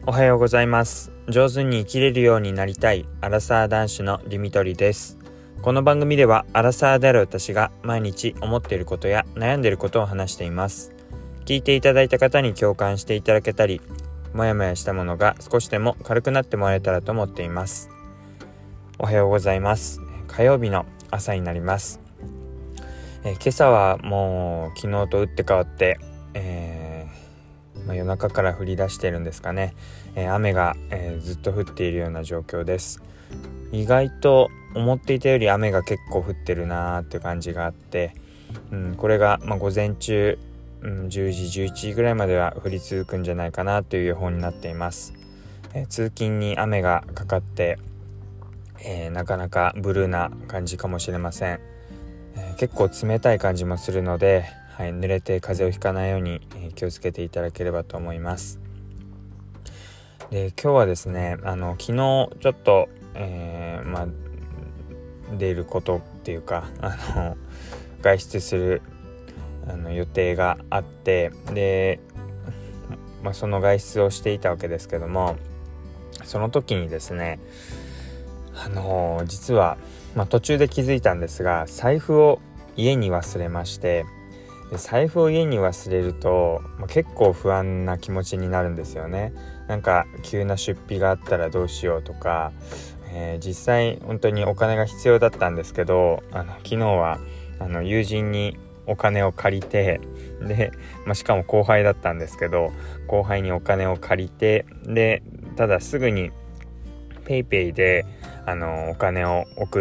おはようございます。上手に生きれるようになりたいアラサー男子のディミトリです。この番組ではアラサーである私が毎日思っていることや悩んでいることを話しています。聞いていただいた方に共感していただけたり、もやもやしたものが少しでも軽くなってもらえたらと思っています。おはようございます。火曜日の朝になります。今朝はもう昨日と打って変わって、夜中から降り出しているんですかね。雨が、ずっと降っているような状況です。意外と思っていたより雨が結構降ってるなーって感じがあって、これが、午前中、10時11時ぐらいまでは降り続くんじゃないかなという予報になっています。通勤に雨がかかって、なかなかブルーな感じかもしれません。結構冷たい感じもするので、濡れて風邪をひかないように、気をつけていただければと思います。で、今日はですね、昨日ちょっと、出ることっていうか外出する予定があって、で、その外出をしていたわけですけども、その時にですね、実は、途中で気づいたんですが、財布を家に忘れまして、で財布を家に忘れると、結構不安な気持ちになるんですよね。なんか急な出費があったらどうしようとか、実際本当にお金が必要だったんですけど、昨日は友人にお金を借りて、で、しかも後輩だったんですけど、後輩にお金を借りて、でただすぐにペイペイでお金を送って、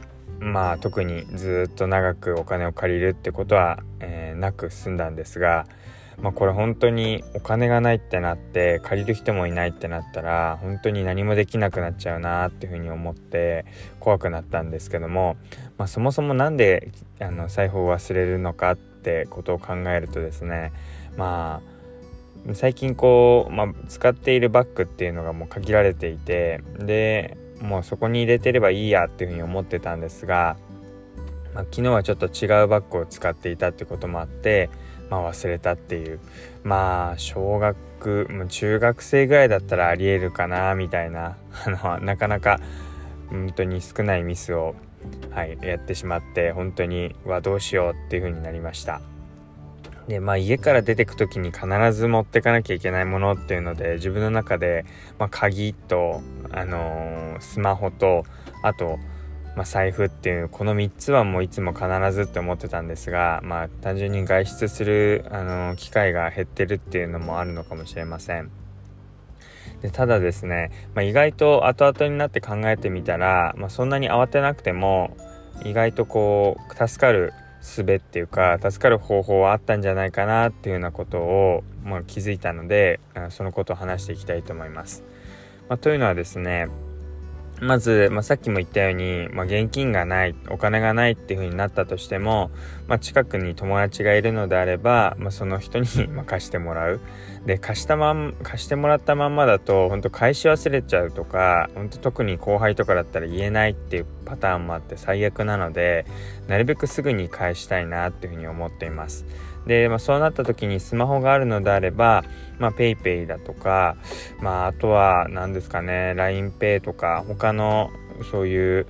特にずっと長くお金を借りるってことは、なく済んだんですが、これ本当にお金がないってなって、借りる人もいないってなったら本当に何もできなくなっちゃうなっていうふうに思って怖くなったんですけども、そもそもなんで財布を忘れるのかってことを考えるとですね、最近使っているバッグっていうのがもう限られていて、でもうそこに入れてればいいやっていうふうに思ってたんですが、昨日はちょっと違うバッグを使っていたってこともあって、忘れたっていう、小学中学生ぐらいだったらありえるかなみたいななかなか本当に少ないミスを、やってしまって、本当にどうしようっていうふうになりました。で、家から出てく時に必ず持ってかなきゃいけないものっていうので、自分の中で、鍵と、スマホと、あと、財布っていうこの3つはもういつも必ずって思ってたんですが、単純に外出する機会が減ってるっていうのもあるのかもしれません。で、ただですね、意外と後々になって考えてみたら、そんなに慌てなくても意外と助かる術っていうか、助かる方法はあったんじゃないかなっていうようなことを、気づいたので、そのことを話していきたいと思います。というのはですね、まず、さっきも言ったように、現金がない、お金がないっていう風になったとしても、近くに友達がいるのであれば、その人に貸してもらう。で、貸してもらったまんまだと本当返し忘れちゃうとか、本当特に後輩とかだったら言えないっていうパターンもあって最悪なので、なるべくすぐに返したいなっていう風に思っています。で、そうなった時にスマホがあるのであれば、ペイペイだとか、あとは何ですかね、LINEPay とか他のそういう、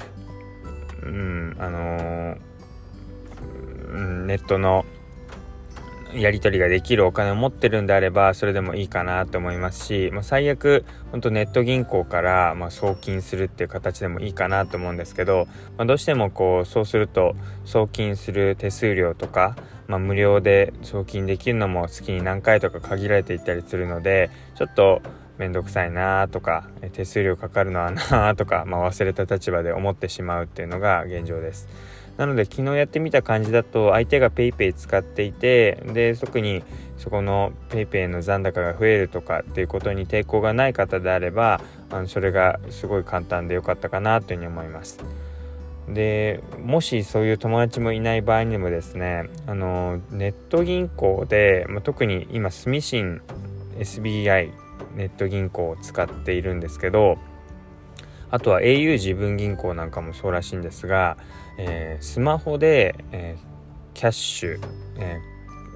ネットのやり取りができるお金を持ってるんであれば、それでもいいかなと思いますし、最悪本当ネット銀行から送金するっていう形でもいいかなと思うんですけど、どうしてもそうすると送金する手数料とか、無料で送金できるのも月に何回とか限られていたりするので、ちょっとめんどくさいなとか、手数料かかるのはなとか、忘れた立場で思ってしまうっていうのが現状です。なので昨日やってみた感じだと、相手がペイペイ使っていて、で特にそこのペイペイの残高が増えるとかっていうことに抵抗がない方であれば、それがすごい簡単でよかったかなというふうに思います。で、もしそういう友達もいない場合にもですね、ネット銀行で、特に今住信 SBI ネット銀行を使っているんですけど、あとは au 自分銀行なんかもそうらしいんですが、スマホで、キャッシュ、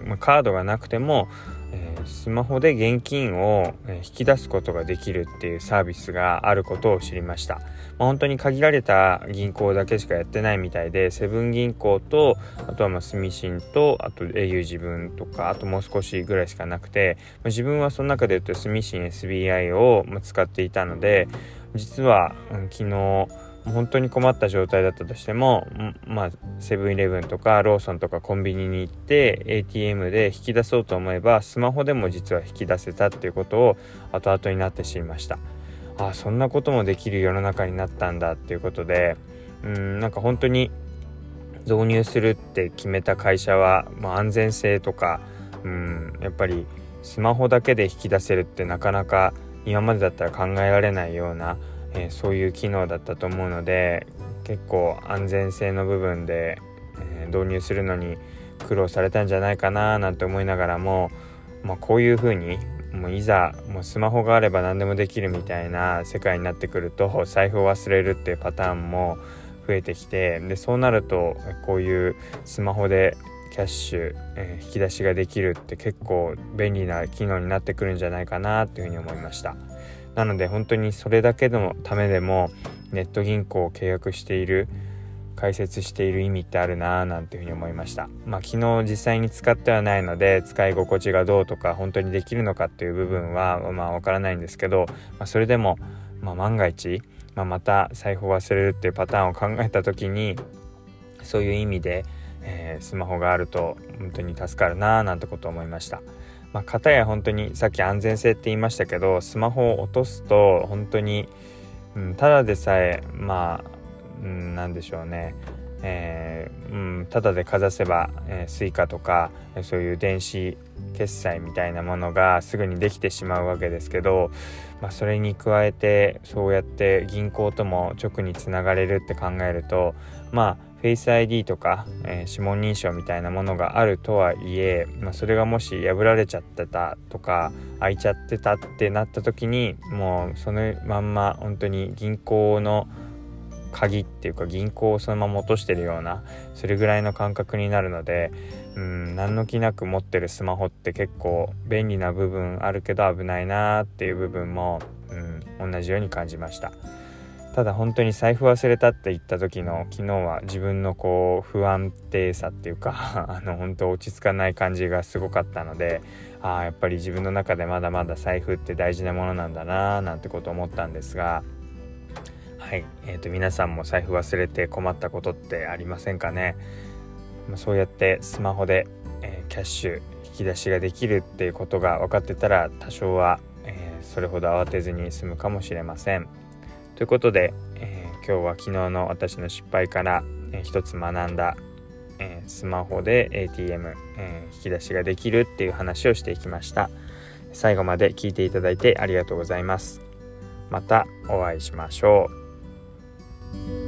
カードがなくても、スマホで現金を引き出すことができるっていうサービスがあることを知りました。本当に限られた銀行だけしかやってないみたいで、セブン銀行とあとは住信とあと au 自分とかあともう少しぐらいしかなくて、自分はその中で言うと住信 SBI を使っていたので、実は、昨日本当に困った状態だったとしても、セブンイレブンとかローソンとかコンビニに行って ATM で引き出そうと思えばスマホでも実は引き出せたっていうことを後々になって知りました。そんなこともできる世の中になったんだっていうことで、なんか本当に導入するって決めた会社は、安全性とか、やっぱりスマホだけで引き出せるってなかなか今までだったら考えられないようなそういう機能だったと思うので、結構安全性の部分で、導入するのに苦労されたんじゃないかななんて思いながらも、こういう風にいざスマホがあれば何でもできるみたいな世界になってくると、財布を忘れるっていうパターンも増えてきて、でそうなるとこういうスマホでキャッシュ、引き出しができるって結構便利な機能になってくるんじゃないかなというふうに思いました。なので本当にそれだけのためでもネット銀行を契約している、開設している意味ってあるななんていうふうに思いました。昨日実際に使ってはないので使い心地がどうとか本当にできるのかっていう部分はわからないんですけど、それでも万が一、また財布を忘れるっていうパターンを考えた時に、そういう意味で、スマホがあると本当に助かるななんてことを思いました。片や本当にさっき安全性って言いましたけど、スマホを落とすと本当に、ただでさえなんでしょうね、ただでかざせば、スイカとかそういう電子決済みたいなものがすぐにできてしまうわけですけど、それに加えてそうやって銀行とも直につながれるって考えると、フェイス ID とか、指紋認証みたいなものがあるとはいえ、それがもし破られちゃってたとか開いちゃってたってなった時に、もうそのまんま本当に銀行の鍵っていうか銀行をそのまま落としてるような、それぐらいの感覚になるので、何の気なく持ってるスマホって結構便利な部分あるけど危ないなっていう部分も、同じように感じました。ただ本当に財布忘れたって言った時の昨日は自分の不安定さっていうか本当落ち着かない感じがすごかったので、やっぱり自分の中でまだまだ財布って大事なものなんだななんてことを思ったんですが、はい、皆さんも財布忘れて困ったことってありませんかね。そうやってスマホで、キャッシュ引き出しができるっていうことが分かってたら多少は、それほど慌てずに済むかもしれません。ということで、今日は昨日の私の失敗から、一つ学んだ、スマホで ATM、引き出しができるっていう話をしていきました。最後まで聞いていただいてありがとうございます。またお会いしましょう。